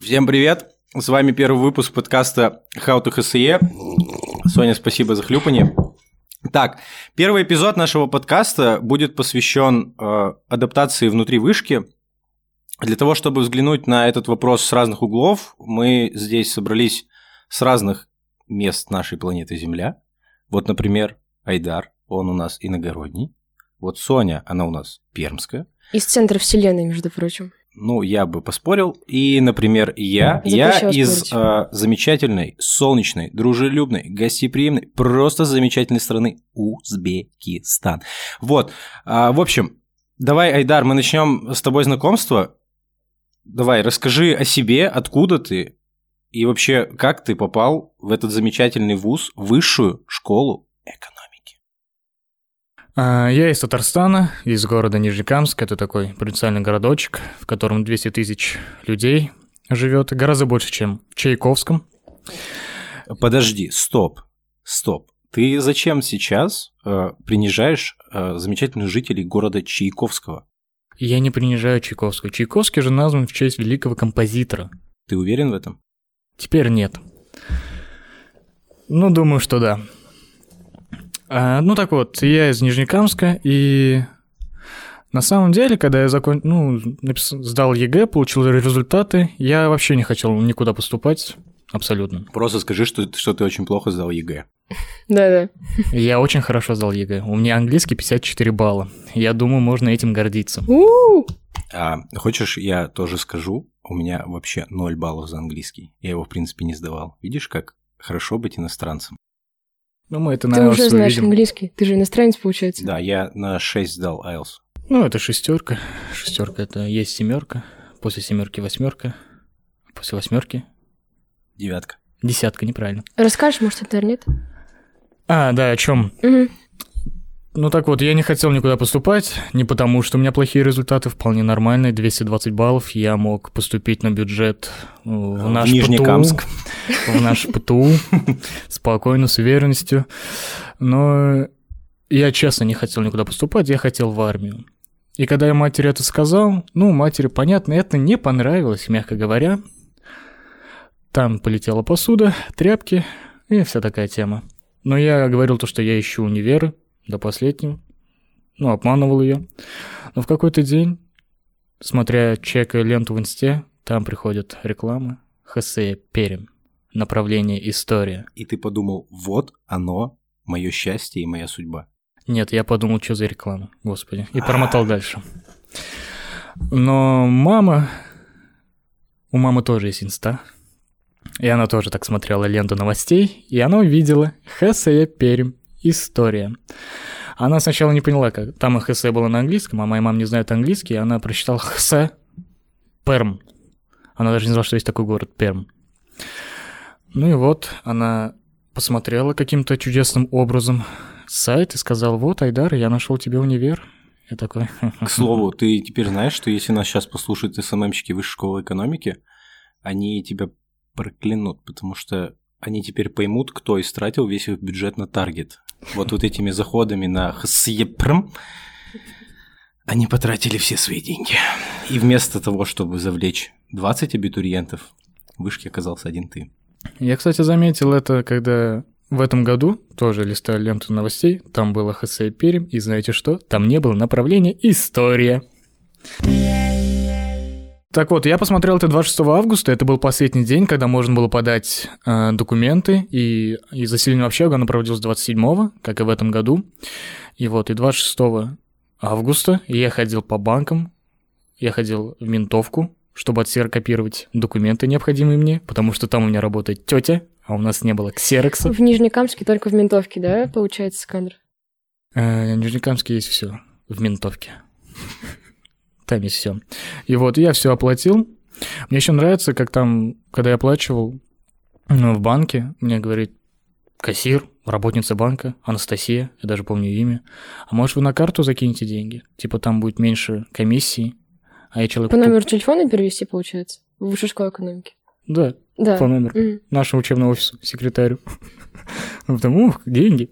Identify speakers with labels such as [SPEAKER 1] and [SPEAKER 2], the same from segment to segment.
[SPEAKER 1] Всем привет! С вами первый выпуск подкаста How to HSE. Соня, спасибо за хлюпанье. Так, первый эпизод нашего подкаста будет посвящен адаптации внутри вышки. Для того, чтобы взглянуть на этот вопрос с разных углов, мы здесь собрались с разных мест нашей планеты Земля. Вот, например, Айдар, он у нас иногородний. Вот Соня, она у нас пермская.
[SPEAKER 2] Из центра вселенной, между прочим.
[SPEAKER 1] Ну, я бы поспорил. И, например, я из замечательной, солнечной, дружелюбной, гостеприимной, просто замечательной страны Узбекистан. Вот, в общем, давай, Айдар, мы начнем с тобой знакомство. Давай, расскажи о себе, откуда ты и вообще, как ты попал в этот замечательный вуз, высшую школу экономики.
[SPEAKER 3] Я из Татарстана, из города Нижнекамск. Это такой провинциальный городочек, в котором 200 тысяч людей живет, гораздо больше, чем в Чайковском.
[SPEAKER 1] Подожди, стоп. Ты зачем сейчас принижаешь замечательных жителей города Чайковского?
[SPEAKER 3] Я не принижаю Чайковского. Чайковский же назван в честь великого композитора.
[SPEAKER 1] Ты уверен в этом?
[SPEAKER 3] Теперь нет. Ну, думаю, что да. Ну так вот, я из Нижнекамска, и на самом деле, когда я сдал ЕГЭ, получил результаты, я вообще не хотел никуда поступать, абсолютно.
[SPEAKER 1] Просто скажи, что ты очень плохо сдал ЕГЭ.
[SPEAKER 2] Да-да.
[SPEAKER 3] Я очень хорошо сдал ЕГЭ, у меня английский 54 балла, я думаю, можно этим гордиться.
[SPEAKER 1] Хочешь, я тоже скажу, у меня вообще 0 баллов за английский, я его в принципе не сдавал. Видишь, как хорошо быть иностранцем?
[SPEAKER 3] Ну, мы это,
[SPEAKER 2] ты
[SPEAKER 3] наверное,
[SPEAKER 2] уже знаешь
[SPEAKER 3] увидим.
[SPEAKER 2] английский, ты же иностранец, получается.
[SPEAKER 1] Да, я на 6 сдал IELTS.
[SPEAKER 3] Ну, это 6. 6 это есть 7, после 7 8, после 8
[SPEAKER 1] 9.
[SPEAKER 3] 10, неправильно.
[SPEAKER 2] Расскажешь, может, интернет?
[SPEAKER 3] Да, о чем?
[SPEAKER 2] Угу.
[SPEAKER 3] Ну так вот, я не хотел никуда поступать, не потому что у меня плохие результаты, вполне нормальные, 220 баллов, я мог поступить на бюджет в наш
[SPEAKER 1] Нижнекамск.
[SPEAKER 3] В наш ПТУ, спокойно, с уверенностью, но я честно не хотел никуда поступать, я хотел в армию. И когда я матери это сказал, матери, понятно, это не понравилось, мягко говоря. Там полетела посуда, тряпки и вся такая тема. Но я говорил то, что я ищу универы, до последнего. Обманывал ее. Но в какой-то день, чекая ленту в инсте, там приходит реклама ХСЕ Пермь. Направление история.
[SPEAKER 1] И ты подумал, вот оно, мое счастье и моя судьба.
[SPEAKER 3] Нет, я подумал, что за реклама, господи. И промотал дальше. Но у мамы тоже есть инста. И она тоже так смотрела ленту новостей, и она увидела ХСЕ Пермь. История. Она сначала не поняла, как там ХС было на английском, а моя мама не знает английский, и она прочитала ХС Перм. Она даже не знала, что есть такой город Перм. Ну и вот, она посмотрела каким-то чудесным образом сайт и сказала: вот, Айдар, я нашел тебе универ. Я такой...
[SPEAKER 1] К слову, ты теперь знаешь, что если нас сейчас послушают СММщики Высшей школы экономики, они тебя проклянут, потому что они теперь поймут, кто истратил весь их бюджет на таргет. Вот этими заходами на ХСЕПРМ они потратили все свои деньги. И вместо того, чтобы завлечь 20 абитуриентов, в вышке оказался один ты.
[SPEAKER 3] Я, кстати, заметил это, когда в этом году тоже листал ленту новостей, там было ХСЕ Пермь, и знаете что? Там не было направления история. Так вот, я посмотрел это 26 августа, это был последний день, когда можно было подать документы, и заселение в общагу оно проводилось 27-го, как и в этом году. И 26 августа я ходил по банкам, я ходил в ментовку, чтобы отсерокопировать документы, необходимые мне, потому что там у меня работает тетя, а у нас не было ксерокса.
[SPEAKER 2] В Нижнекамске только в ментовке, да, получается, Скандер?
[SPEAKER 3] В Нижнекамске есть все в ментовке. Там есть все. И я все оплатил. Мне еще нравится, как там, когда я оплачивал в банке, мне говорит кассир, работница банка, Анастасия, я даже помню имя. А может, вы на карту закинете деньги? Типа там будет меньше комиссии. А я человек...
[SPEAKER 2] По номеру телефона перевести, получается? В Высшей школе экономики?
[SPEAKER 3] Да, по номеру. Нашему учебному офису, секретарю. Потому, деньги.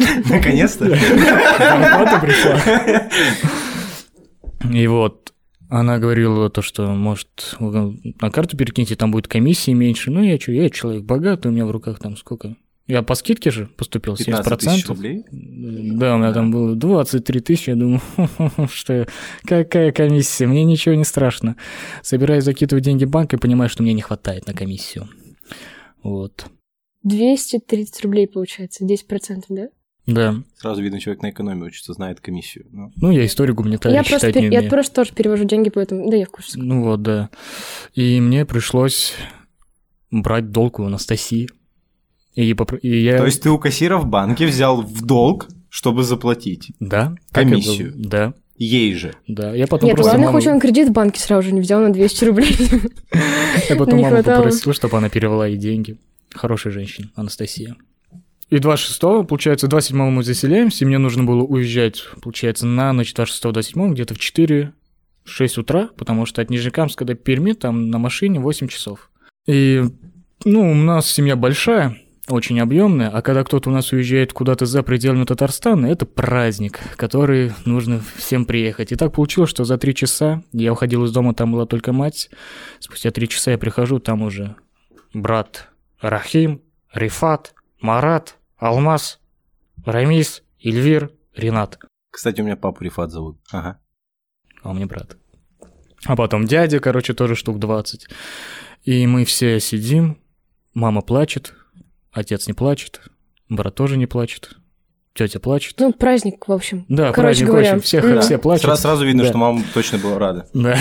[SPEAKER 1] Наконец-то.
[SPEAKER 3] Зарплата пришла. И Она говорила то, что, может, вы на карту перекиньте, там будет комиссии меньше. Ну, я человек богатый, у меня в руках там сколько? Я по скидке же поступил, 70%.
[SPEAKER 1] 15 тысяч рублей?
[SPEAKER 3] Да, у меня там было 23 тысячи, я думаю, что какая комиссия, мне ничего не страшно. Собираюсь закидывать деньги в банк и понимаю, что мне не хватает на комиссию. Вот.
[SPEAKER 2] 230 рублей получается, 10%, да?
[SPEAKER 3] Да.
[SPEAKER 1] Сразу видно, человек на экономии учится, знает комиссию.
[SPEAKER 3] Ну, я историю гуманитарию считать не умею.
[SPEAKER 2] Я просто тоже перевожу деньги, поэтому... Да, я в курсе.
[SPEAKER 3] Ну вот, да. И мне пришлось брать долг у Анастасии. И я...
[SPEAKER 1] То есть ты у кассира в банке взял в долг, чтобы заплатить?
[SPEAKER 3] Да.
[SPEAKER 1] Комиссию?
[SPEAKER 3] Да.
[SPEAKER 1] Ей же?
[SPEAKER 3] Да. Я потом
[SPEAKER 2] Нет,
[SPEAKER 3] просто
[SPEAKER 2] ладно, хоть он кредит в банке сразу же не взял на 200 рублей.
[SPEAKER 3] Я потом
[SPEAKER 2] Не
[SPEAKER 3] маму
[SPEAKER 2] хватало.
[SPEAKER 3] попросил, чтобы она перевела ей деньги. Хорошая женщина, Анастасия. И 26-го, получается, 27-го мы заселяемся, и мне нужно было уезжать, получается, на ночь 26-27 где-то в 4-6 утра, потому что от Нижнекамска до Перми там на машине 8 часов. И, ну, у нас семья большая, очень объемная, а когда кто-то у нас уезжает куда-то за пределами Татарстана, это праздник, который нужно всем приехать. И так получилось, что за 3 часа я уходил из дома, там была только мать, спустя 3 часа я прихожу, там уже брат Рахим, Рифат, Марат, Алмаз, Рамис, Эльвир, Ренат.
[SPEAKER 1] Кстати, у меня папу Рифат зовут. Ага.
[SPEAKER 3] А у меня брат. А потом дядя, короче, тоже штук 20. И мы все сидим, мама плачет, отец не плачет, брат тоже не плачет, тетя плачет.
[SPEAKER 2] Ну, праздник, в общем.
[SPEAKER 3] Да,
[SPEAKER 2] короче
[SPEAKER 3] праздник
[SPEAKER 2] говоря.
[SPEAKER 3] очень, все плачут.
[SPEAKER 1] Сразу видно,
[SPEAKER 3] Да.
[SPEAKER 1] что мама точно была рада.
[SPEAKER 3] Да.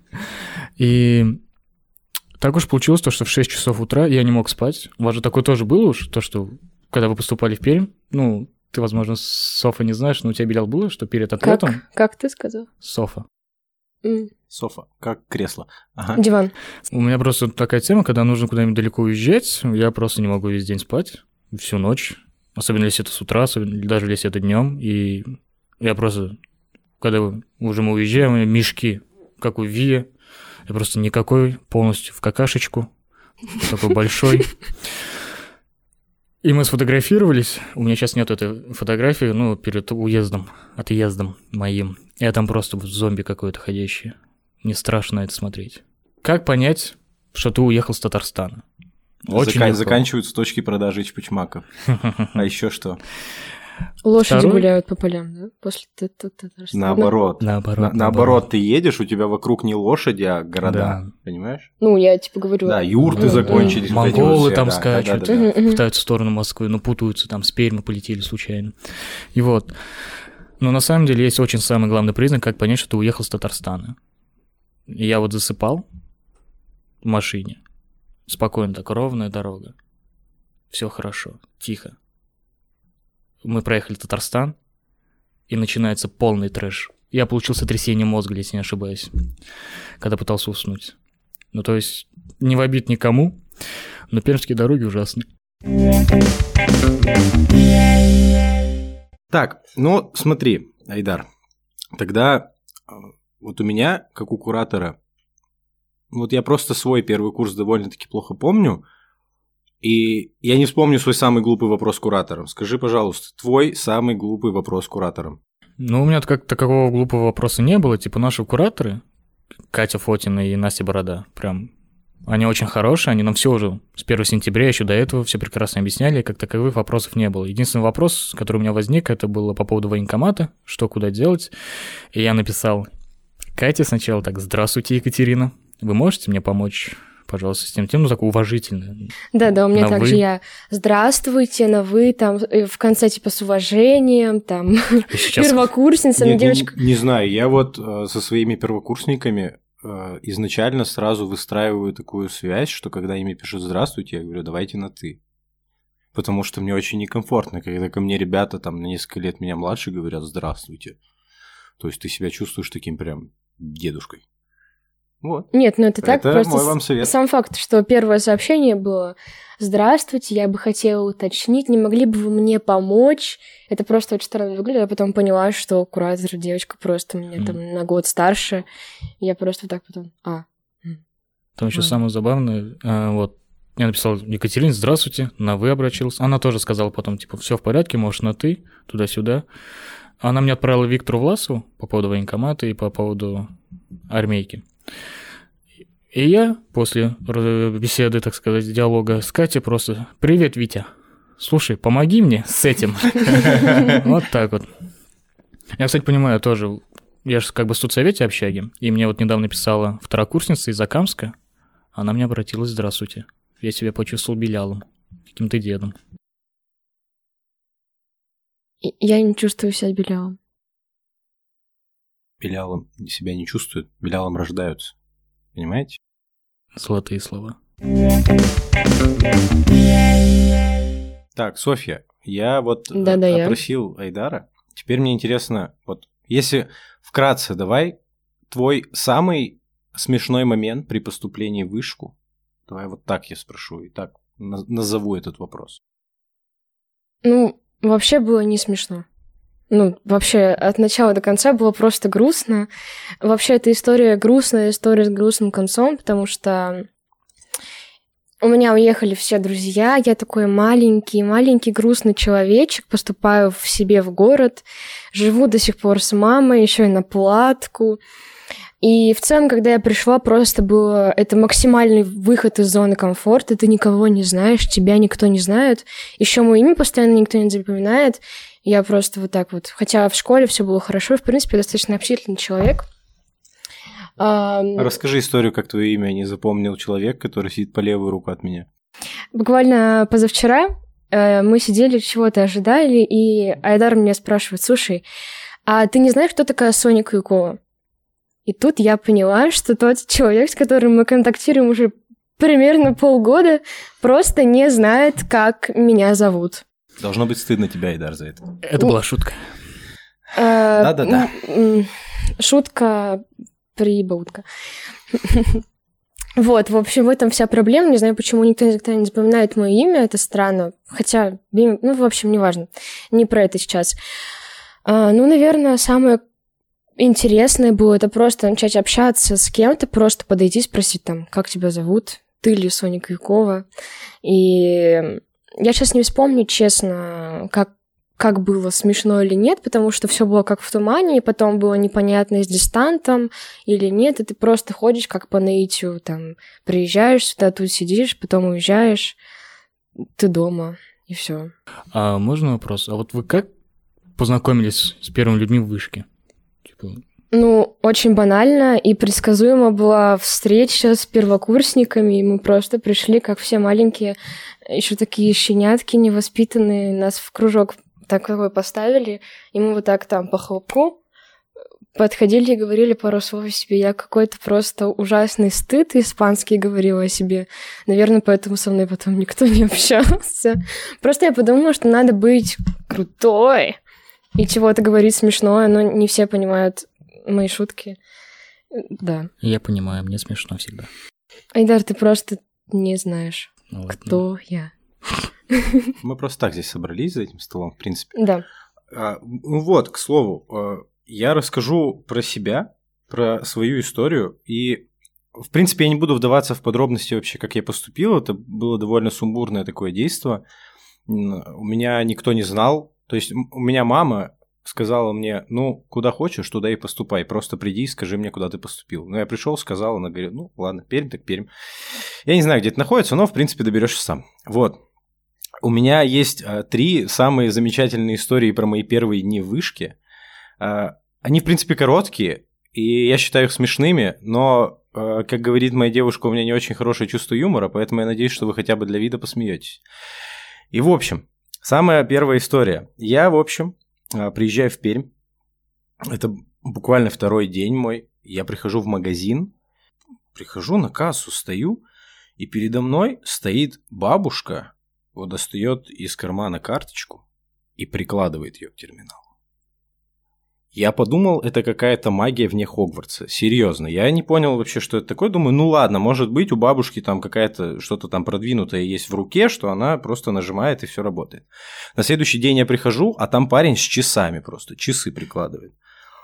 [SPEAKER 3] И так уж получилось, то, что в 6 часов утра я не мог спать. У вас же такое тоже было уж, то, что когда вы поступали в Пермь, ну, ты, возможно, Софа не знаешь, но у тебя, Белял, было, что перед отлетом...
[SPEAKER 2] Как ты сказал?
[SPEAKER 3] Софа.
[SPEAKER 1] Софа, как кресло. Ага.
[SPEAKER 2] Диван.
[SPEAKER 3] У меня просто такая тема, когда нужно куда-нибудь далеко уезжать, я просто не могу весь день спать, всю ночь. Особенно если это с утра, особенно даже если это днем. И я просто, когда уже мы уезжаем, у меня мешки, как у Вия, я просто никакой, полностью в какашечку, такой большой. И мы сфотографировались. У меня сейчас нет этой фотографии, ну, перед отъездом моим. Я там просто зомби какой-то ходящий. Мне страшно это смотреть. Как понять, что ты уехал с Татарстана? Очень легко.
[SPEAKER 1] Заканчиваются точки продажи чпучмаков. А еще что?
[SPEAKER 2] Лошади
[SPEAKER 3] Второй?
[SPEAKER 2] гуляют по полям, да? После Татарстана.
[SPEAKER 1] Наоборот.
[SPEAKER 3] Наоборот.
[SPEAKER 1] Наоборот, ты едешь, у тебя вокруг не лошади, а города.
[SPEAKER 3] Да.
[SPEAKER 1] Понимаешь?
[SPEAKER 2] Ну, я типа говорю...
[SPEAKER 1] Да, юрты закончились. вот эти вот
[SPEAKER 3] Монголы
[SPEAKER 1] все,
[SPEAKER 3] там
[SPEAKER 1] да,
[SPEAKER 3] скачут,
[SPEAKER 1] да.
[SPEAKER 3] пытаются в сторону Москвы, но путаются, там с Перми полетели случайно. И вот. Но на самом деле есть очень самый главный признак, как понять, что ты уехал с Татарстана. И я вот засыпал в машине. Спокойно так, ровная дорога. Все хорошо, тихо. Мы проехали Татарстан, и начинается полный трэш. Я получил сотрясение мозга, если не ошибаюсь, когда пытался уснуть. Ну, то есть, не в обид никому, но пермские дороги ужасны.
[SPEAKER 1] Так, ну смотри, Айдар, тогда вот у меня, как у куратора, вот я просто свой первый курс довольно-таки плохо помню, и я не вспомню свой самый глупый вопрос куратором. Скажи, пожалуйста, твой самый глупый вопрос куратором.
[SPEAKER 3] Ну, у меня как такового глупого вопроса не было. Типа, наши кураторы, Катя Фотина и Настя Борода, прям, они очень хорошие, они нам все уже с 1 сентября, еще до этого все прекрасно объясняли, и как таковых вопросов не было. Единственный вопрос, который у меня возник, это было по поводу военкомата, что куда делать. И я написал Кате сначала так: «Здравствуйте, Екатерина, вы можете мне помочь, пожалуйста, с тем, ну, так уважительно».
[SPEAKER 2] Да, у меня
[SPEAKER 3] На
[SPEAKER 2] также
[SPEAKER 3] «вы».
[SPEAKER 2] я «Здравствуйте», на «вы», там, в конце типа с уважением, там,
[SPEAKER 3] И сейчас
[SPEAKER 2] первокурсница, ну, девочка...
[SPEAKER 1] Не знаю, я вот со своими первокурсниками изначально сразу выстраиваю такую связь, что когда они мне пишут «здравствуйте», я говорю «давайте на «ты». Потому что мне очень некомфортно, когда ко мне ребята там на несколько лет меня младше говорят «здравствуйте». То есть ты себя чувствуешь таким прям дедушкой. Вот.
[SPEAKER 2] Нет, ну это так,
[SPEAKER 1] Это
[SPEAKER 2] просто
[SPEAKER 1] мой вам совет.
[SPEAKER 2] сам факт, что первое сообщение было «Здравствуйте, я бы хотела уточнить, не могли бы вы мне помочь?» Это просто очень странно выглядит, я потом поняла, что куратор девочка просто меня там на год старше, и я просто так потом
[SPEAKER 3] Там еще
[SPEAKER 2] Ладно.
[SPEAKER 3] самое забавное, вот, я написал Екатерине «здравствуйте», на «вы» обратился. Она тоже сказала потом, типа, все в порядке, можешь на «ты», туда-сюда. Она мне отправила Виктору Власову по поводу военкомата и по поводу армейки. И я после беседы, так сказать, диалога с Катей просто: «Привет, Витя. Слушай, помоги мне с этим». Вот так вот. Я, кстати, понимаю тоже, я же как бы в студсовете общаги, и мне вот недавно писала второкурсница из Закамска, она мне обратилась: «Здравствуйте, я себя почувствовал белялом, каким-то дедом».
[SPEAKER 2] Я не чувствую себя белялом.
[SPEAKER 1] Белялом себя не чувствуют, белялом рождаются. Понимаете?
[SPEAKER 3] Золотые слова.
[SPEAKER 1] Так, Софья, я вот
[SPEAKER 2] Да-да,
[SPEAKER 1] опросил Айдара. Теперь мне интересно, вот если вкратце, давай твой самый смешной момент при поступлении в вышку. Давай вот так я спрошу и так назову этот вопрос.
[SPEAKER 2] Ну, вообще было не смешно. Ну, вообще, от начала до конца было просто грустно. Вообще, эта история грустная, история с грустным концом, потому что у меня уехали все друзья, я такой маленький грустный человечек, поступаю в себе в город, живу до сих пор с мамой, еще и на платку. И в целом, когда я пришла, просто было это максимальный выход из зоны комфорта, ты никого не знаешь, тебя никто не знает, еще мое имя постоянно никто не запоминает. Я просто вот так вот. Хотя в школе все было хорошо, в принципе, достаточно общительный человек.
[SPEAKER 1] Расскажи историю, как твое имя не запомнил человек, который сидит по левую руку от меня.
[SPEAKER 2] Буквально позавчера мы сидели, чего-то ожидали, и Айдар меня спрашивает: «Слушай, а ты не знаешь, кто такая Соня Каюкова?» И тут я поняла, что тот человек, с которым мы контактируем уже примерно полгода, просто не знает, как меня зовут.
[SPEAKER 1] Должно быть стыдно тебя, Айдар, за это.
[SPEAKER 3] Это была шутка.
[SPEAKER 1] Да-да-да.
[SPEAKER 2] Шутка, прибаутка. Вот, в общем, в этом вся проблема. Не знаю, почему никто никогда не запоминает мое имя, это странно. Хотя, ну, в общем, неважно. Не про это сейчас. Ну, наверное, самое интересное было это просто начать общаться с кем-то, просто подойти, спросить там, как тебя зовут, ты ли Соня Каюкова. И я сейчас не вспомню, честно, как было, смешно или нет, потому что все было как в тумане, и потом было непонятно, с дистантом или нет, и ты просто ходишь как по наитию, там, приезжаешь сюда, тут сидишь, потом уезжаешь, ты дома, и все.
[SPEAKER 3] А можно вопрос? А вот вы как познакомились с первыми людьми в вышке?
[SPEAKER 2] Ну, очень банально и предсказуемо была встреча с первокурсниками, и мы просто пришли, как все маленькие, еще такие щенятки невоспитанные, нас в кружок такой поставили, и мы вот так там по хлопку подходили и говорили пару слов о себе. Я какой-то просто ужасный стыд испанский говорила о себе. Наверное, поэтому со мной потом никто не общался. Просто я подумала, что надо быть крутой и чего-то говорить смешное, но не все понимают мои шутки. Да.
[SPEAKER 3] Я понимаю, мне смешно всегда.
[SPEAKER 2] Айдар, ты просто не знаешь,
[SPEAKER 3] Ну,
[SPEAKER 2] кто я.
[SPEAKER 1] Мы просто так здесь собрались за этим столом, в принципе.
[SPEAKER 2] Да.
[SPEAKER 1] Ну вот, к слову, я расскажу про себя, про свою историю, и, в принципе, я не буду вдаваться в подробности вообще, как я поступил, это было довольно сумбурное такое действие. У меня никто не знал, то есть у меня мама сказала мне: ну, куда хочешь, туда и поступай, просто приди и скажи мне, куда ты поступил. Ну, я пришел, сказал, она говорит: ну, ладно, Пермь так Пермь. Я не знаю, где это находится, но, в принципе, доберешься сам. Вот. У меня есть 3 самые замечательные истории про мои первые дни в вышке. Они, в принципе, короткие, и я считаю их смешными, но, как говорит моя девушка, у меня не очень хорошее чувство юмора, поэтому я надеюсь, что вы хотя бы для вида посмеетесь. И, в общем, самая первая история. Я, в общем, приезжаю в Пермь. Это буквально 2-й день мой. Я прихожу в магазин, прихожу на кассу, стою, и передо мной стоит бабушка, вот достает из кармана карточку и прикладывает ее к терминалу. Я подумал, это какая-то магия вне Хогвартса. Серьезно, я не понял вообще, что это такое. Думаю, ну ладно, может быть, у бабушки там какая-то что-то там продвинутое есть в руке, что она просто нажимает и все работает. На следующий день я прихожу, а там парень с часами просто, часы прикладывает.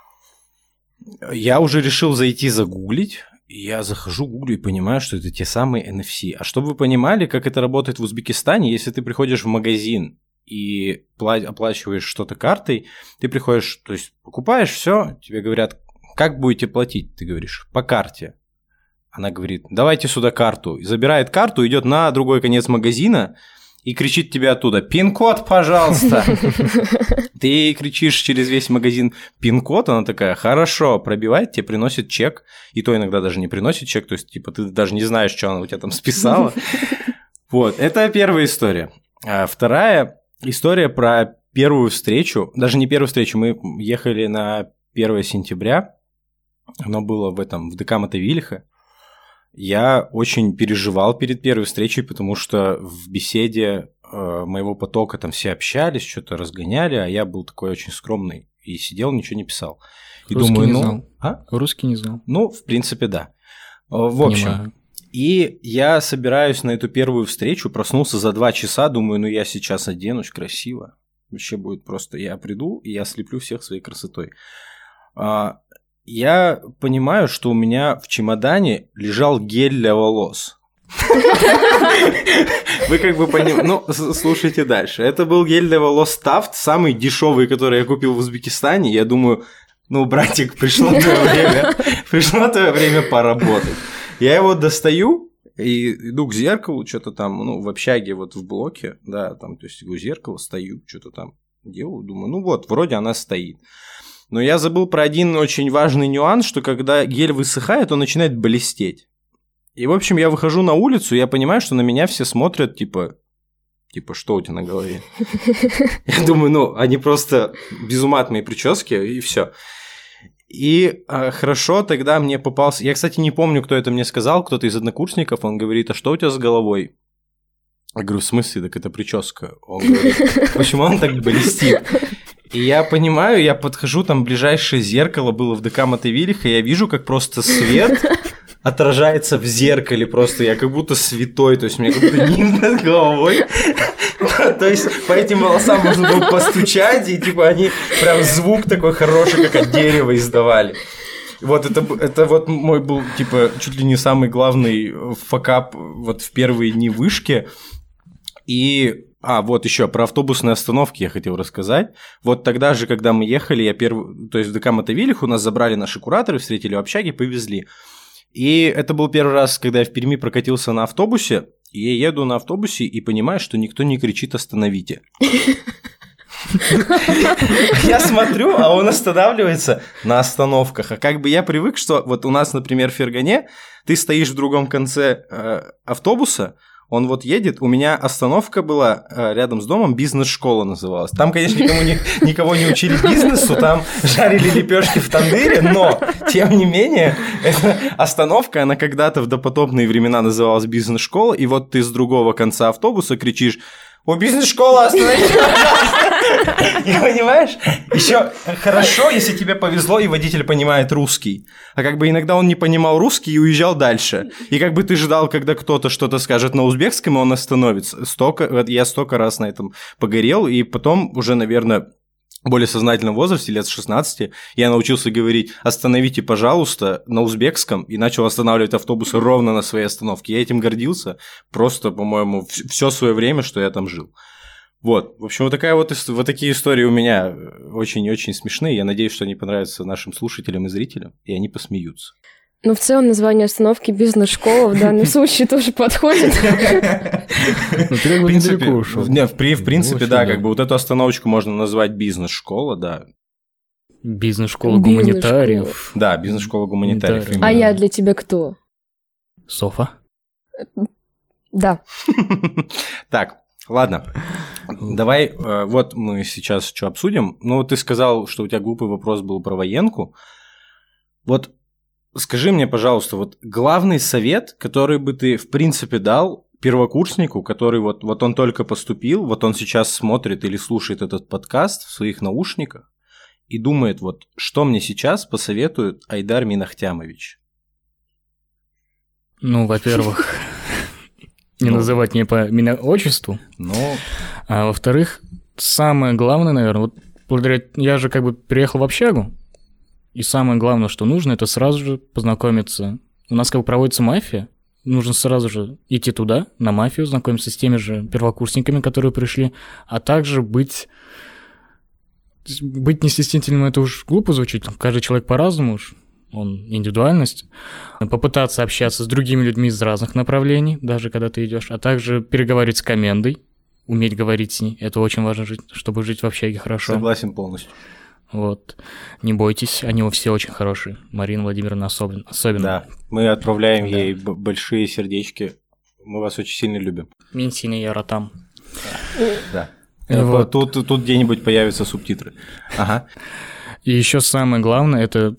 [SPEAKER 1] Я уже решил зайти загуглить. Я захожу, гуглю и понимаю, что это те самые NFC. А чтобы вы понимали, как это работает в Узбекистане, если ты приходишь в магазин и оплачиваешь что-то картой, ты приходишь, то есть покупаешь все, тебе говорят как будете платить? Ты говоришь, по карте. Она говорит, давайте сюда карту. И забирает карту, идет на другой конец магазина и кричит тебе оттуда, пин-код, пожалуйста. Ты кричишь через весь магазин пин-код, она такая, хорошо, пробивает, тебе приносит чек. И то иногда даже не приносит чек, то есть, типа, ты даже не знаешь, что она у тебя там списала. Вот, это первая история. А вторая история про первую встречу, даже не первую встречу, мы ехали на 1 сентября, оно было в ДК Мотовилиха. Я очень переживал перед первой встречей, потому что в беседе моего потока там все общались, что-то разгоняли, а я был такой очень скромный и сидел, ничего не писал. И
[SPEAKER 3] Русский
[SPEAKER 1] думаю,
[SPEAKER 3] не знал.
[SPEAKER 1] А?
[SPEAKER 3] Русский не знал.
[SPEAKER 1] Ну, в принципе, да. В общем,
[SPEAKER 3] Понимаю.
[SPEAKER 1] и я собираюсь на эту первую встречу, проснулся за 2 часа, думаю, ну я сейчас оденусь красиво. Вообще будет просто, я приду, и я ослеплю всех своей красотой. Я понимаю, что у меня в чемодане лежал гель для волос. Вы как бы понимаете, ну, слушайте дальше. Это был гель для волос Taft, самый дешевый, который я купил в Узбекистане. Я думаю, ну, братик, пришло твое время поработать. Я его достаю и иду к зеркалу, что-то там, ну, в общаге, вот в блоке, да, там, то есть, у зеркала стою, что-то там делаю, думаю, ну вот, вроде она стоит. Но я забыл про один очень важный нюанс, что когда гель высыхает, он начинает блестеть. И, в общем, я выхожу на улицу, и я понимаю, что на меня все смотрят, типа, что у тебя на голове? Я думаю, ну, они просто без ума от моей прически, и все. И хорошо, тогда мне попался... Я, кстати, не помню, кто это мне сказал, кто-то из однокурсников, он говорит, а что у тебя с головой? Я говорю, в смысле, так это прическа. Он говорит, почему он так блестит? И я понимаю, я подхожу, там ближайшее зеркало было в ДК Мотовилиха, и я вижу, как просто свет отражается в зеркале, просто я как будто святой, то есть у меня как будто нимб над головой. То есть по этим волосам можно было постучать, и типа они прям звук такой хороший, как от дерева издавали. Вот это вот мой был, типа, чуть ли не самый главный факап вот в первые дни вышки. И... вот еще про автобусные остановки я хотел рассказать. Вот тогда же, когда мы ехали, то есть в ДК Мотовилиху нас забрали наши кураторы, встретили в общаге, повезли. И это был первый раз, когда я в Перми прокатился на автобусе, и я еду на автобусе и понимаю, что никто не кричит «остановите». Я смотрю, а он останавливается на остановках. А как бы я привык, что вот у нас, например, в Фергане, ты стоишь в другом конце автобуса, он вот едет, у меня остановка была рядом с домом, бизнес-школа называлась. Там, конечно, никого не учили бизнесу, там жарили лепешки в тандыре, но, тем не менее, эта остановка, она когда-то в допотопные времена называлась бизнес-школа, и вот ты с другого конца автобуса кричишь: «О, бизнес-школа, остановите, пожалуйста!» И понимаешь, еще хорошо, если тебе повезло, и водитель понимает русский. А как бы иногда он не понимал русский и уезжал дальше. И как бы ты ждал, когда кто-то что-то скажет на узбекском, и он остановится. Я столько раз на этом погорел, и потом уже, наверное, в более сознательном возрасте, лет с 16, я научился говорить «остановите, пожалуйста» на узбекском и начал останавливать автобусы ровно на своей остановке. Я этим гордился просто, по-моему, все свое время, что я там жил. Вот, в общем, вот такие истории у меня очень и очень смешные. Я надеюсь, что они понравятся нашим слушателям и зрителям, и они посмеются.
[SPEAKER 2] Ну, в целом, название остановки «бизнес-школа» в данном случае тоже подходит.
[SPEAKER 3] Ну, ты как бы недалеко ушел.
[SPEAKER 1] В принципе, да, как бы вот эту остановочку можно назвать «бизнес-школа», да.
[SPEAKER 3] Бизнес-школа гуманитариев.
[SPEAKER 1] Да, бизнес-школа гуманитариев.
[SPEAKER 2] А я для тебя кто?
[SPEAKER 3] Софа.
[SPEAKER 2] Да.
[SPEAKER 1] Так, ладно. Давай, вот мы сейчас что обсудим. Ну, ты сказал, что у тебя глупый вопрос был про военку. Вот скажи мне, пожалуйста, вот главный совет, который бы ты, в принципе, дал первокурснику, который вот он только поступил, вот он сейчас смотрит или слушает этот подкаст в своих наушниках и думает, вот что мне сейчас посоветует Айдар Минахтямович?
[SPEAKER 3] Ну, во-первых, не называть меня по отчеству. А во-вторых, самое главное, наверное, вот благодаря... Я же как бы приехал в общагу, и самое главное, что нужно, это сразу же познакомиться. У нас как бы проводится мафия, нужно сразу же идти туда, на мафию, знакомиться с теми же первокурсниками, которые пришли, а также быть не стеснительным, это уж глупо звучит, каждый человек по-разному уж. он индивидуальность. Попытаться общаться с другими людьми из разных направлений, даже когда ты идешь, а также переговорить с комендой, уметь говорить с ней. Это очень важно, чтобы жить в общаге хорошо.
[SPEAKER 1] Согласен полностью.
[SPEAKER 3] Вот. Не бойтесь, они все очень хорошие. Марина Владимировна особенно.
[SPEAKER 1] Да, мы отправляем ей большие сердечки. Мы вас очень сильно любим.
[SPEAKER 3] Мен сені яратам.
[SPEAKER 1] Да.
[SPEAKER 3] Вот.
[SPEAKER 1] Тут где-нибудь появятся субтитры. Ага.
[SPEAKER 3] И еще самое главное, это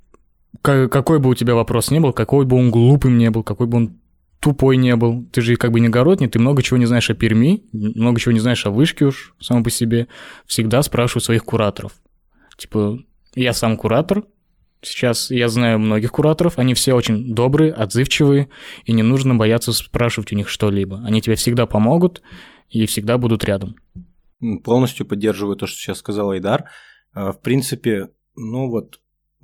[SPEAKER 3] какой бы у тебя вопрос ни был, какой бы он глупым не был, какой бы он тупой не был, ты же как бы не городник, ты много чего не знаешь о Перми, много чего не знаешь о Вышке уж само по себе, всегда спрашиваю своих кураторов. Типа, я сам куратор, сейчас я знаю многих кураторов, они все очень добрые, отзывчивые, и не нужно бояться спрашивать у них что-либо. Они тебе всегда помогут и всегда будут рядом.
[SPEAKER 1] Полностью поддерживаю то, что сейчас сказал Айдар. В принципе, ну вот,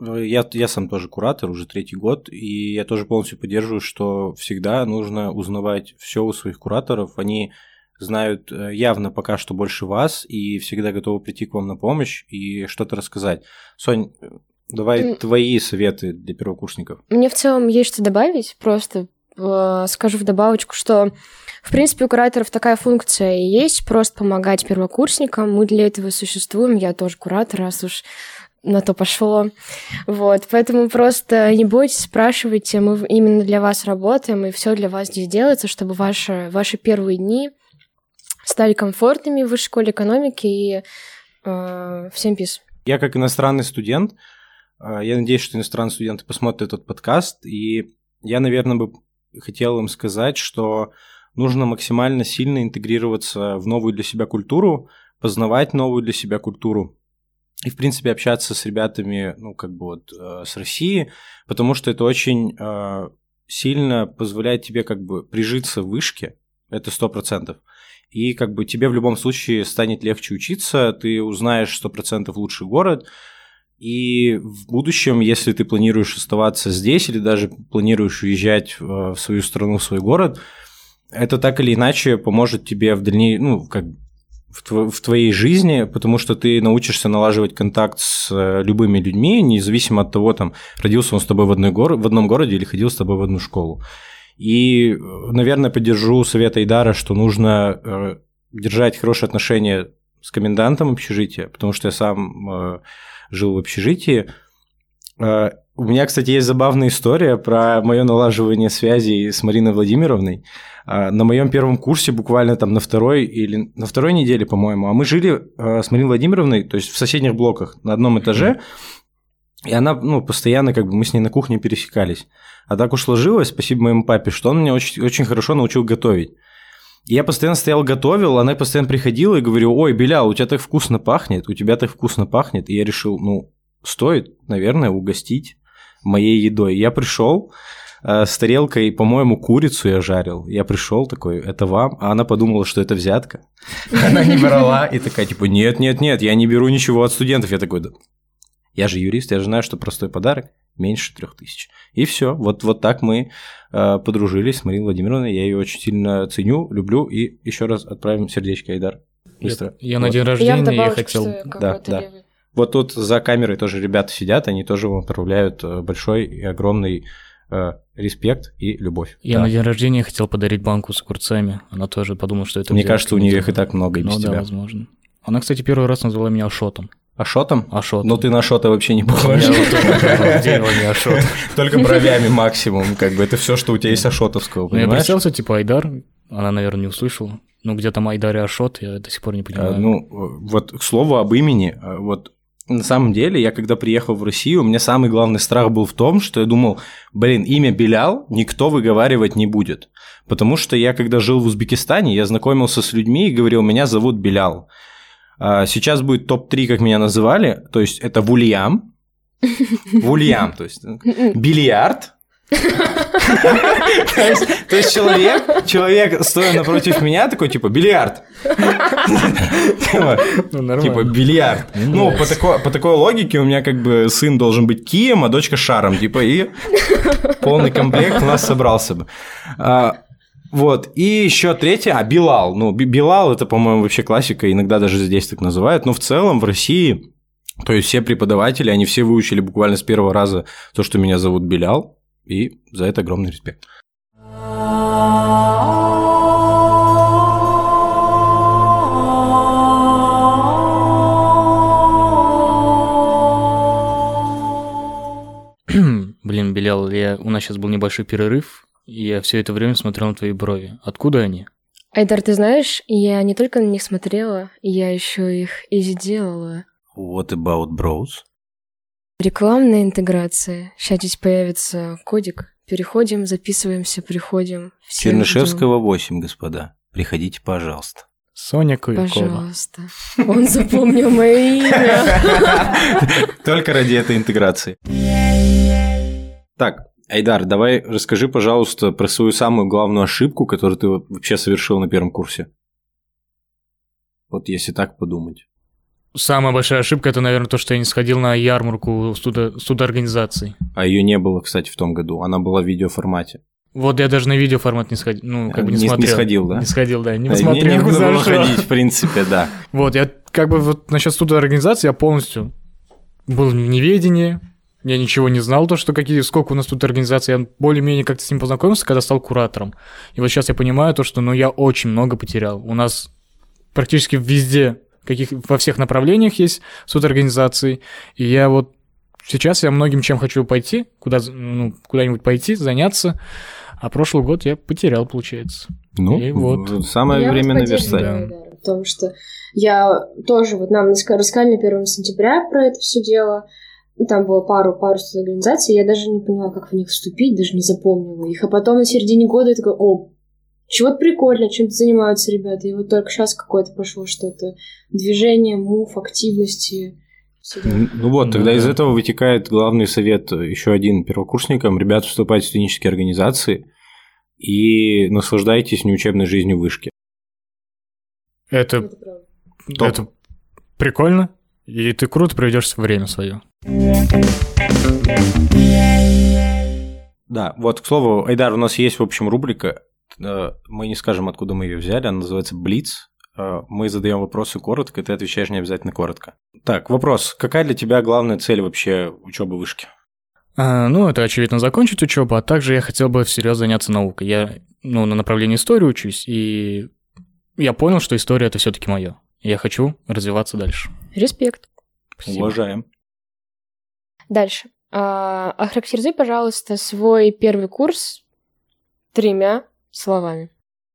[SPEAKER 1] я сам тоже куратор уже 3-й год, и я тоже полностью поддерживаю, что всегда нужно узнавать все у своих кураторов. Они знают явно пока что больше вас и всегда готовы прийти к вам на помощь и что-то рассказать. Сонь, давай твои советы для первокурсников.
[SPEAKER 2] Мне в целом есть что добавить, просто скажу в добавочку, что в принципе у кураторов такая функция и есть, просто помогать первокурсникам, мы для этого существуем, я тоже куратор, раз уж на то пошло. Вот, поэтому просто не бойтесь, спрашивайте, мы именно для вас работаем, и все для вас здесь делается, чтобы ваши первые дни стали комфортными в высшей школе экономики, и всем пис.
[SPEAKER 1] Я как иностранный студент, я надеюсь, что иностранные студенты посмотрят этот подкаст, и я, наверное, бы хотел им сказать, что нужно максимально сильно интегрироваться в новую для себя культуру, познавать новую для себя культуру и, в принципе, общаться с ребятами, ну, как бы вот с России, потому что это очень сильно позволяет тебе как бы прижиться в вышке, это 100%. И как бы тебе в любом случае станет легче учиться, ты узнаешь 100% лучший город, и в будущем, если ты планируешь оставаться здесь или даже планируешь уезжать в свою страну, в свой город, это так или иначе поможет тебе в дальнейшем, ну, как в твоей жизни, потому что ты научишься налаживать контакт с любыми людьми, независимо от того, там, родился он с тобой в одном городе или ходил с тобой в одну школу. И, наверное, поддержу совет Айдара, что нужно держать хорошие отношения с комендантом общежития, потому что я сам жил в общежитии. У меня, кстати, есть забавная история про мое налаживание связей с Мариной Владимировной. На моем первом курсе, буквально там на второй неделе, по-моему, а мы жили с Мариной Владимировной, то есть в соседних блоках на одном этаже, и она, ну, постоянно как бы мы с ней на кухне пересекались. А так уж сложилось, спасибо моему папе, что он меня очень, очень хорошо научил готовить. И я постоянно стоял, готовил, она постоянно приходила и говорю: ой, Белял, у тебя так вкусно пахнет, у тебя так вкусно пахнет. И я решил, ну, стоит, наверное, угостить моей едой. Я пришел с тарелкой, по-моему, курицу я жарил. Я пришел такой: это вам? А она подумала, что это взятка. Она не брала и такая, типа, нет, я не беру ничего от студентов. Я такой: да. Я же юрист, я же знаю, что простой подарок меньше 3000. И все. Вот так мы подружились с Мариной Владимировной. Я ее очень сильно ценю, люблю. И еще раз отправим сердечки, Айдар. Быстро.
[SPEAKER 3] Я на день рождения я хотел...
[SPEAKER 1] Да. Вот тут за камерой тоже ребята сидят, они тоже вам отправляют большой и огромный респект и любовь.
[SPEAKER 3] Я на день рождения хотел подарить банку с огурцами. Она тоже подумала, что это...
[SPEAKER 1] Мне кажется, у нее их и так много, и без тебя.
[SPEAKER 3] Да, возможно. Она, кстати, первый раз назвала меня Ашотом.
[SPEAKER 1] Ашотом?
[SPEAKER 3] Ашотом.
[SPEAKER 1] Ну, ты на Ашота вообще не похож.
[SPEAKER 3] не Ашот.
[SPEAKER 1] Только бровями максимум, как бы. Это все, что у тебя есть ашотовского,
[SPEAKER 3] Ну, я
[SPEAKER 1] понимаешь?
[SPEAKER 3] представился, типа, Айдар. Она, наверное, не услышала. Ну, где там Айдар и Ашот, я до сих пор не понимаю.
[SPEAKER 1] Ну, вот к слову об имени. Вот на самом деле, я когда приехал в Россию, у меня самый главный страх был в том, что я думал, имя Белял никто выговаривать не будет. Потому что я, когда жил в Узбекистане, я знакомился с людьми и говорил: меня зовут Белял. Сейчас будет топ-3, как меня называли, то есть это Вульям, то есть бильярд. То есть человек, стоя напротив меня, такой, типа, бильярд. Типа, бильярд. Ну, по такой логике у меня как бы сын должен быть кием, а дочка шаром, типа, и полный комплект у нас собрался бы. Вот, и еще третье, Билал. Ну, Билал – это, по-моему, вообще классика, иногда даже здесь так называют, но в целом в России То есть все преподаватели, они все выучили буквально с первого раза то, что меня зовут Белял, и за это огромный респект.
[SPEAKER 3] Блин, Белял, у нас сейчас был небольшой перерыв, и я все это время смотрел на твои брови. Откуда они?
[SPEAKER 2] Айдар, ты знаешь, я не только на них смотрела, я еще их и сделала.
[SPEAKER 1] What about bros?
[SPEAKER 2] Рекламная интеграция. Сейчас здесь появится кодик. Переходим, записываемся, приходим. Все
[SPEAKER 1] Чернышевского 8, господа. Приходите, пожалуйста.
[SPEAKER 3] Соня Куликова.
[SPEAKER 2] Пожалуйста. Он запомнил мое имя.
[SPEAKER 1] Только ради этой интеграции. Так, Айдар, давай расскажи, пожалуйста, про свою самую главную ошибку, которую ты вообще совершил на первом курсе. Вот если так подумать.
[SPEAKER 3] Самая большая ошибка – это, наверное, то, что я не сходил на ярмарку студорганизаций.
[SPEAKER 1] А ее не было, кстати, в том году. Она была в видеоформате.
[SPEAKER 3] Вот я даже на видеоформат не сходил, не смотрел.
[SPEAKER 1] Не сходил, да?
[SPEAKER 3] Не сходил, да, не
[SPEAKER 1] Да,
[SPEAKER 3] посмотрел.
[SPEAKER 1] некуда было ходить, в принципе, да.
[SPEAKER 3] Вот, я насчет студорганизации я полностью был в неведении. Я ничего не знал, сколько у нас тут организаций. Я более-менее как-то с ним познакомился, когда стал куратором. И вот сейчас я понимаю что я очень много потерял. У нас практически везде, во всех направлениях есть студорганизации. И я вот сейчас многим чем хочу пойти, куда-нибудь пойти, заняться. А прошлый год я потерял, получается.
[SPEAKER 1] И вот. Самое время наверстать.
[SPEAKER 2] Да. Потому что я тоже, нам рассказали 1 сентября про это все дело. Там было пару организаций, я даже не поняла, как в них вступить, даже не запомнила их. А потом на середине года я такая, чего-то прикольно, чем-то занимаются ребята. И вот только сейчас какое-то пошло что-то. Движение, мув, активности.
[SPEAKER 1] Тогда из этого вытекает главный совет еще один первокурсникам. Ребята, вступайте в студенческие организации и наслаждайтесь неучебной жизнью вышки.
[SPEAKER 3] Это прикольно, и ты круто проведешь время свое.
[SPEAKER 1] Да, вот, к слову, Айдар, у нас есть, в общем, рубрика, мы не скажем, откуда мы ее взяли, она называется «Блиц». Мы задаем вопросы коротко, и ты отвечаешь не обязательно коротко. Так, вопрос. Какая для тебя главная цель вообще учебы вышки?
[SPEAKER 3] Это, очевидно, закончить учебу, а также я хотел бы всерьез заняться наукой. Я на направлении истории учусь, и я понял, что история – это все-таки мое. Я хочу развиваться дальше.
[SPEAKER 2] Респект.
[SPEAKER 3] Спасибо.
[SPEAKER 1] Уважаем.
[SPEAKER 2] Дальше. Охарактеризуй, пожалуйста, свой первый курс 3 словами.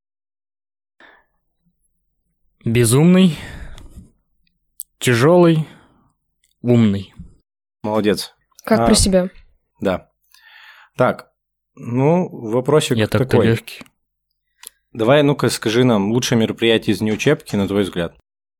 [SPEAKER 3] Безумный, тяжелый, умный.
[SPEAKER 1] Молодец.
[SPEAKER 2] Как про себя?
[SPEAKER 1] Да. Так, вопросик
[SPEAKER 3] я
[SPEAKER 1] такой.
[SPEAKER 3] Так-то легкий.
[SPEAKER 1] Давай, ну-ка, скажи нам, лучшее мероприятие из неучебки, на твой взгляд?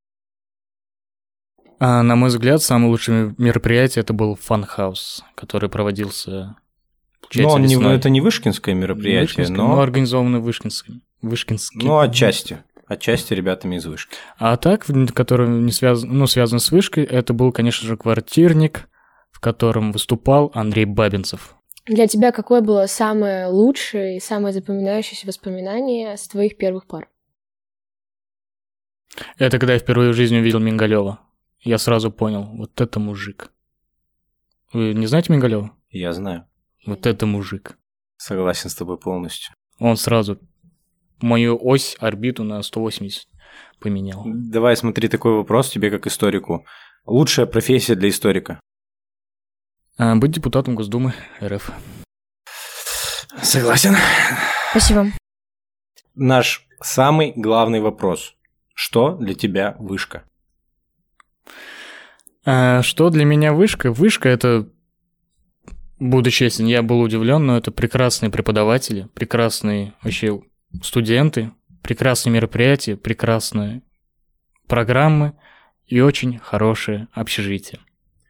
[SPEAKER 3] На мой взгляд, самое лучшее мероприятие это был фан-хаус, который проводился, получается, весной.
[SPEAKER 1] Это не вышкинское мероприятие,
[SPEAKER 3] но организованное Вышкинским.
[SPEAKER 1] Отчасти ребятами из вышки.
[SPEAKER 3] А так, который не связан с вышкой, это был, конечно же, квартирник, в котором выступал Андрей Бабинцев.
[SPEAKER 2] Для тебя какое было самое лучшее и самое запоминающееся воспоминание с твоих первых пар?
[SPEAKER 3] Это когда я впервые в жизни увидел Мингалева. Я сразу понял, вот это мужик. Вы не знаете Мингалева?
[SPEAKER 1] Я знаю.
[SPEAKER 3] Вот это мужик.
[SPEAKER 1] Согласен с тобой полностью.
[SPEAKER 3] Он сразу мою ось, орбиту на 180 поменял.
[SPEAKER 1] Давай, смотри, такой вопрос тебе как историку. Лучшая профессия для историка?
[SPEAKER 3] Быть депутатом Госдумы РФ.
[SPEAKER 1] Согласен.
[SPEAKER 2] Спасибо.
[SPEAKER 1] Наш самый главный вопрос. Что для тебя вышка?
[SPEAKER 3] Что для меня вышка? Вышка – это, буду честен, я был удивлен, но это прекрасные преподаватели, прекрасные вообще студенты, прекрасные мероприятия, прекрасные программы и очень хорошее общежитие.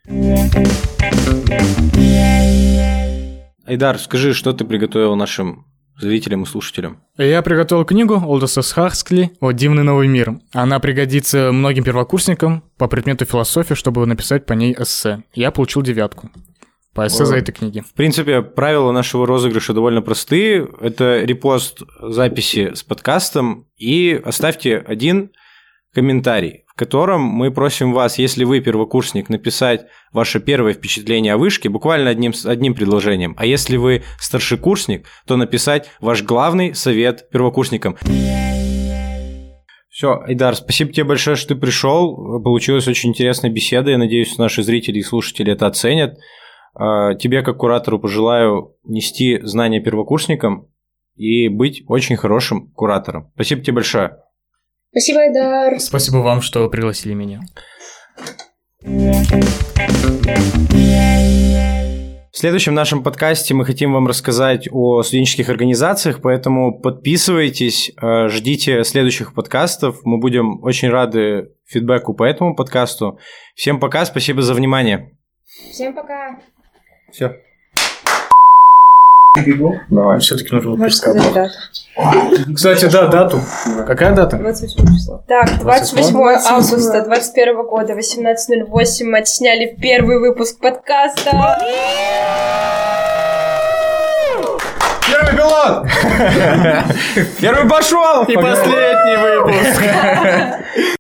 [SPEAKER 1] Айдар, скажи, что ты приготовил нашим зрителям и слушателям?
[SPEAKER 3] Я приготовил книгу Олдоса Хаксли «О дивный новый мир». Она пригодится многим первокурсникам по предмету философии, чтобы написать по ней эссе. Я получил 9 по эссе за этой книги.
[SPEAKER 1] В принципе, правила нашего розыгрыша довольно простые. Это репост записи с подкастом и оставьте один комментарий, в котором мы просим вас, если вы первокурсник, написать ваше первое впечатление о вышке буквально одним предложением. А если вы старшекурсник, то написать ваш главный совет первокурсникам. Все, Айдар, спасибо тебе большое, что ты пришел. Получилась очень интересная беседа. Я надеюсь, наши зрители и слушатели это оценят. Тебе, как куратору, пожелаю нести знания первокурсникам и быть очень хорошим куратором. Спасибо тебе большое.
[SPEAKER 2] Спасибо, Айдар.
[SPEAKER 3] Спасибо вам, что пригласили меня.
[SPEAKER 1] В следующем нашем подкасте мы хотим вам рассказать о студенческих организациях, поэтому подписывайтесь, ждите следующих подкастов. Мы будем очень рады фидбэку по этому подкасту. Всем пока, спасибо за внимание.
[SPEAKER 2] Всем пока.
[SPEAKER 1] Все.
[SPEAKER 3] Давай, все-таки нужно
[SPEAKER 2] Можешь сказать дату.
[SPEAKER 3] Кстати, да, дату. Какая дата?
[SPEAKER 2] 28 число. Так, 28 августа 2021 года, 18:08 мы отсняли первый выпуск подкаста.
[SPEAKER 1] Первый пилот! Первый пошел! И последний выпуск!